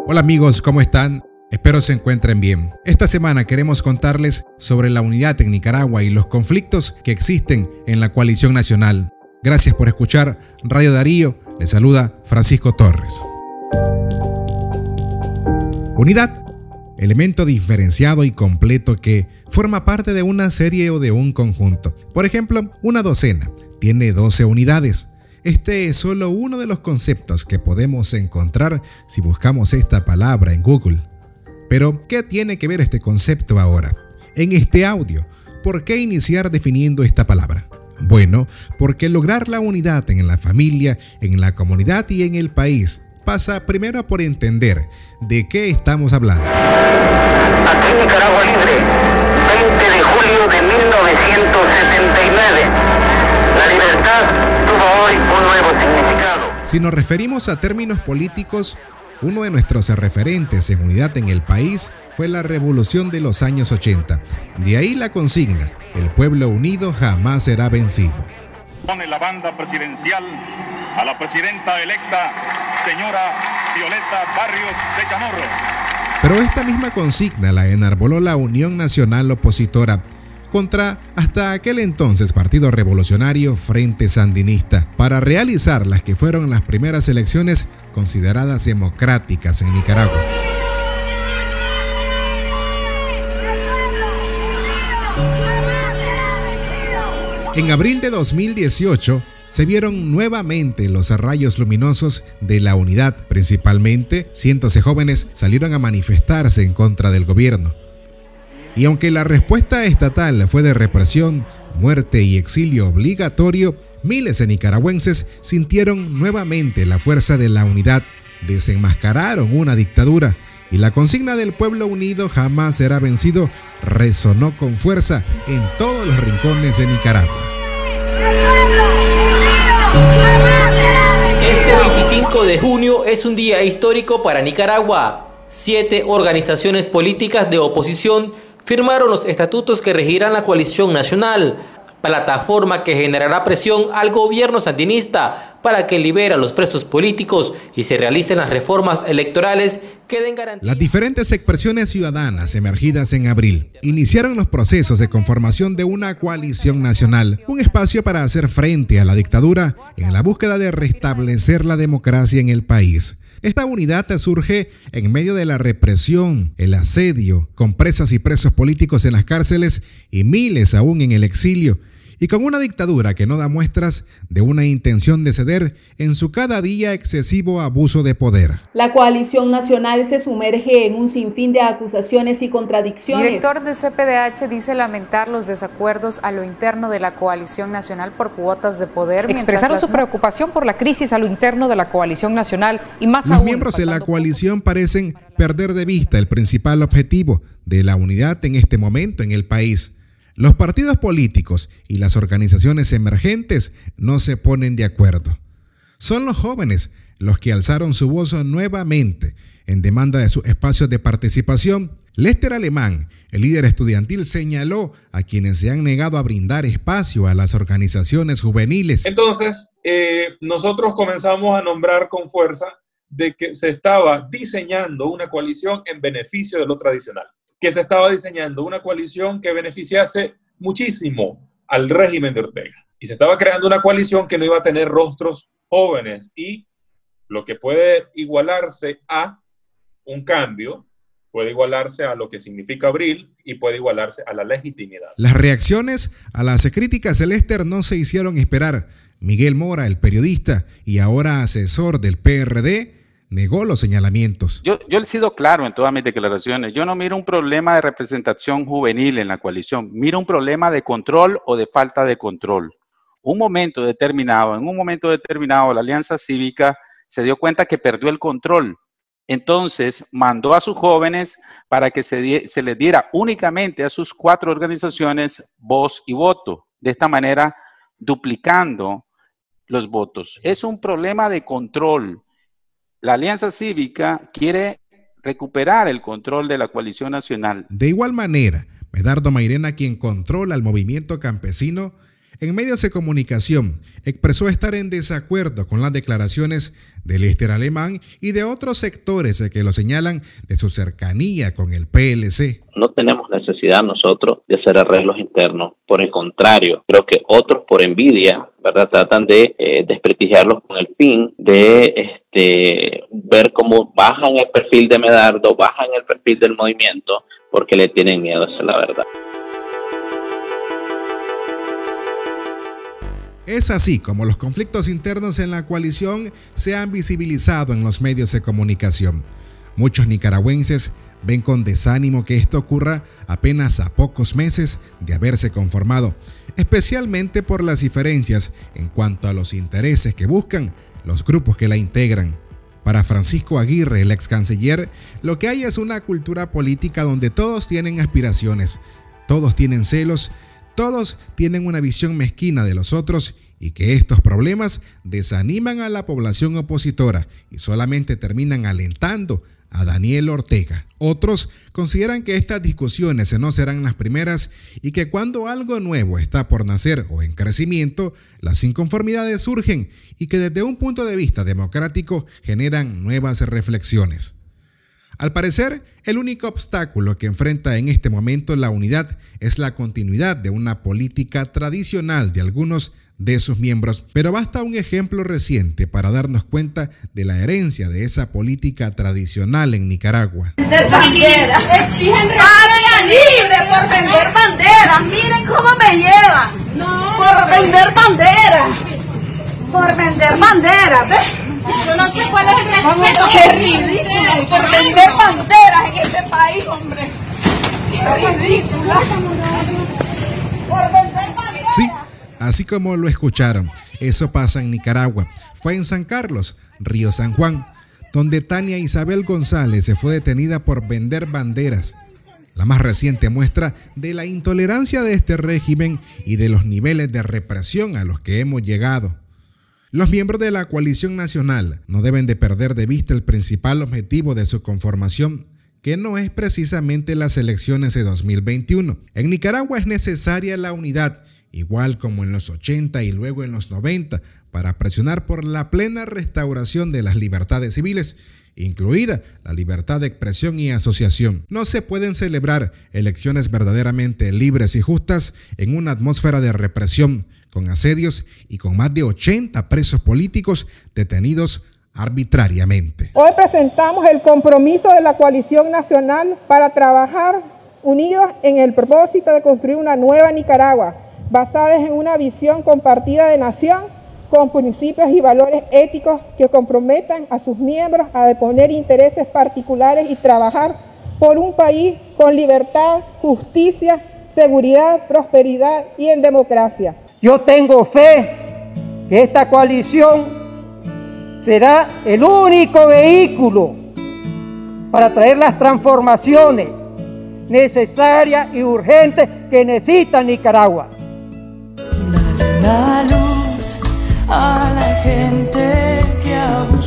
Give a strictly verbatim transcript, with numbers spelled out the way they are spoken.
Hola amigos, ¿cómo están? Espero se encuentren bien. Esta semana queremos contarles sobre la unidad en Nicaragua y los conflictos que existen en la coalición nacional. Gracias por escuchar Radio Darío. Les saluda Francisco Torres. Unidad, elemento diferenciado y completo que forma parte de una serie o de un conjunto. Por ejemplo, una docena tiene doce unidades. Este es solo uno de los conceptos que podemos encontrar si buscamos esta palabra en Google. Pero, ¿qué tiene que ver este concepto ahora? En este audio, ¿por qué iniciar definiendo esta palabra? Bueno, porque lograr la unidad en la familia, en la comunidad y en el país pasa primero por entender de qué estamos hablando. Aquí Nicaragua Libre, veinte de julio de mil novecientos setenta y nueve. La libertad tuvo hoy un nuevo significado. Si nos referimos a términos políticos, uno de nuestros referentes en unidad en el país fue la revolución de los años ochenta. De ahí la consigna, el pueblo unido jamás será vencido. Pone la banda presidencial a la presidenta electa, señora Violeta Barrios de Chamorro. Pero esta misma consigna la enarboló la Unión Nacional Opositora contra hasta aquel entonces Partido Revolucionario Frente Sandinista para realizar las que fueron las primeras elecciones consideradas democráticas en Nicaragua. En abril de dos mil dieciocho se vieron nuevamente los rayos luminosos de la unidad. Principalmente, cientos de jóvenes salieron a manifestarse en contra del gobierno. Y aunque la respuesta estatal fue de represión, muerte y exilio obligatorio, miles de nicaragüenses sintieron nuevamente la fuerza de la unidad, desenmascararon una dictadura y la consigna del pueblo unido jamás será vencido resonó con fuerza en todos los rincones de Nicaragua. Este veinticinco de junio es un día histórico para Nicaragua. Siete organizaciones políticas de oposición firmaron los estatutos que regirán la coalición nacional, plataforma que generará presión al gobierno sandinista para que libere a los presos políticos y se realicen las reformas electorales que den garantía. Las diferentes expresiones ciudadanas emergidas en abril iniciaron los procesos de conformación de una coalición nacional, un espacio para hacer frente a la dictadura en la búsqueda de restablecer la democracia en el país. Esta unidad surge en medio de la represión, el asedio, con presas y presos políticos en las cárceles y miles aún en el exilio, y con una dictadura que no da muestras de una intención de ceder en su cada día excesivo abuso de poder. La coalición nacional se sumerge en un sinfín de acusaciones y contradicciones. El director de C P D H dice lamentar los desacuerdos a lo interno de la coalición nacional por cuotas de poder. Expresaron las... su preocupación por la crisis a lo interno de la coalición nacional y más Los aún, miembros de la coalición parecen perder de vista el principal objetivo de la unidad en este momento en el país. Los partidos políticos y las organizaciones emergentes no se ponen de acuerdo. Son los jóvenes los que alzaron su voz nuevamente en demanda de sus espacios de participación. Lester Alemán, el líder estudiantil, señaló a quienes se han negado a brindar espacio a las organizaciones juveniles. Entonces, eh, nosotros comenzamos a nombrar con fuerza de que se estaba diseñando una coalición en beneficio de lo tradicional, que se estaba diseñando una coalición que beneficiase muchísimo al régimen de Ortega. Y se estaba creando una coalición que no iba a tener rostros jóvenes y lo que puede igualarse a un cambio, puede igualarse a lo que significa abril y puede igualarse a la legitimidad. Las reacciones a las críticas de Lester no se hicieron esperar. Miguel Mora, el periodista y ahora asesor del P R D, negó los señalamientos. Yo, yo he sido claro en todas mis declaraciones. Yo no miro un problema de representación juvenil en la coalición. Miro un problema de control o de falta de control. Un momento determinado, en un momento determinado, la Alianza Cívica se dio cuenta que perdió el control. Entonces, mandó a sus jóvenes para que se, die, se les diera únicamente a sus cuatro organizaciones voz y voto. De esta manera, duplicando los votos. Es un problema de control. La Alianza Cívica quiere recuperar el control de la coalición nacional. De igual manera, Medardo Mairena, quien controla el movimiento campesino, En medios de comunicación expresó estar en desacuerdo con las declaraciones de Lester Alemán y de otros sectores que lo señalan de su cercanía con el P L C. No tenemos necesidad nosotros de hacer arreglos internos. Por el contrario, creo que otros por envidia, ¿verdad?, tratan de eh, desprestigiarlos con el fin de este, ver cómo bajan el perfil de Medardo, bajan el perfil del movimiento, porque le tienen miedo, esa es la verdad. Es así como los conflictos internos en la coalición se han visibilizado en los medios de comunicación. Muchos nicaragüenses ven con desánimo que esto ocurra apenas a pocos meses de haberse conformado, especialmente por las diferencias en cuanto a los intereses que buscan los grupos que la integran. Para Francisco Aguirre, el ex canciller, lo que hay es una cultura política donde todos tienen aspiraciones, todos tienen celos, todos tienen una visión mezquina de los otros y que estos problemas desaniman a la población opositora y solamente terminan alentando a Daniel Ortega. Otros consideran que estas discusiones no serán las primeras y que cuando algo nuevo está por nacer o en crecimiento, las inconformidades surgen y que desde un punto de vista democrático generan nuevas reflexiones. Al parecer, el único obstáculo que enfrenta en este momento la unidad es la continuidad de una política tradicional de algunos de sus miembros, pero basta un ejemplo reciente para darnos cuenta de la herencia de esa política tradicional en Nicaragua. Vender banderas, exigen patria libre por vender banderas, miren cómo me llevan, no, por vender banderas, por vender banderas, ¿ves? Yo no sé cuál es el respeto. ¡Qué ridículo! Por vender banderas en este país, hombre. ¡Qué ridículo! Por vender banderas. Sí, así como lo escucharon, eso pasa en Nicaragua. Fue en San Carlos, Río San Juan, donde Tania Isabel González se fue detenida por vender banderas. La más reciente muestra de la intolerancia de este régimen y de los niveles de represión a los que hemos llegado. Los miembros de la coalición nacional no deben de perder de vista el principal objetivo de su conformación, que no es precisamente las elecciones de dos mil veintiuno. En Nicaragua es necesaria la unidad, igual como en los ochenta y luego en los noventa, para presionar por la plena restauración de las libertades civiles, incluida la libertad de expresión y asociación. No se pueden celebrar elecciones verdaderamente libres y justas en una atmósfera de represión, con asedios y con más de ochenta presos políticos detenidos arbitrariamente. Hoy presentamos el compromiso de la coalición nacional para trabajar unidos en el propósito de construir una nueva Nicaragua, basada en una visión compartida de nación, con principios y valores éticos que comprometan a sus miembros a deponer intereses particulares y trabajar por un país con libertad, justicia, seguridad, prosperidad y en democracia. Yo tengo fe que esta coalición será el único vehículo para traer las transformaciones necesarias y urgentes que necesita Nicaragua. Dale la luz a la gente que aún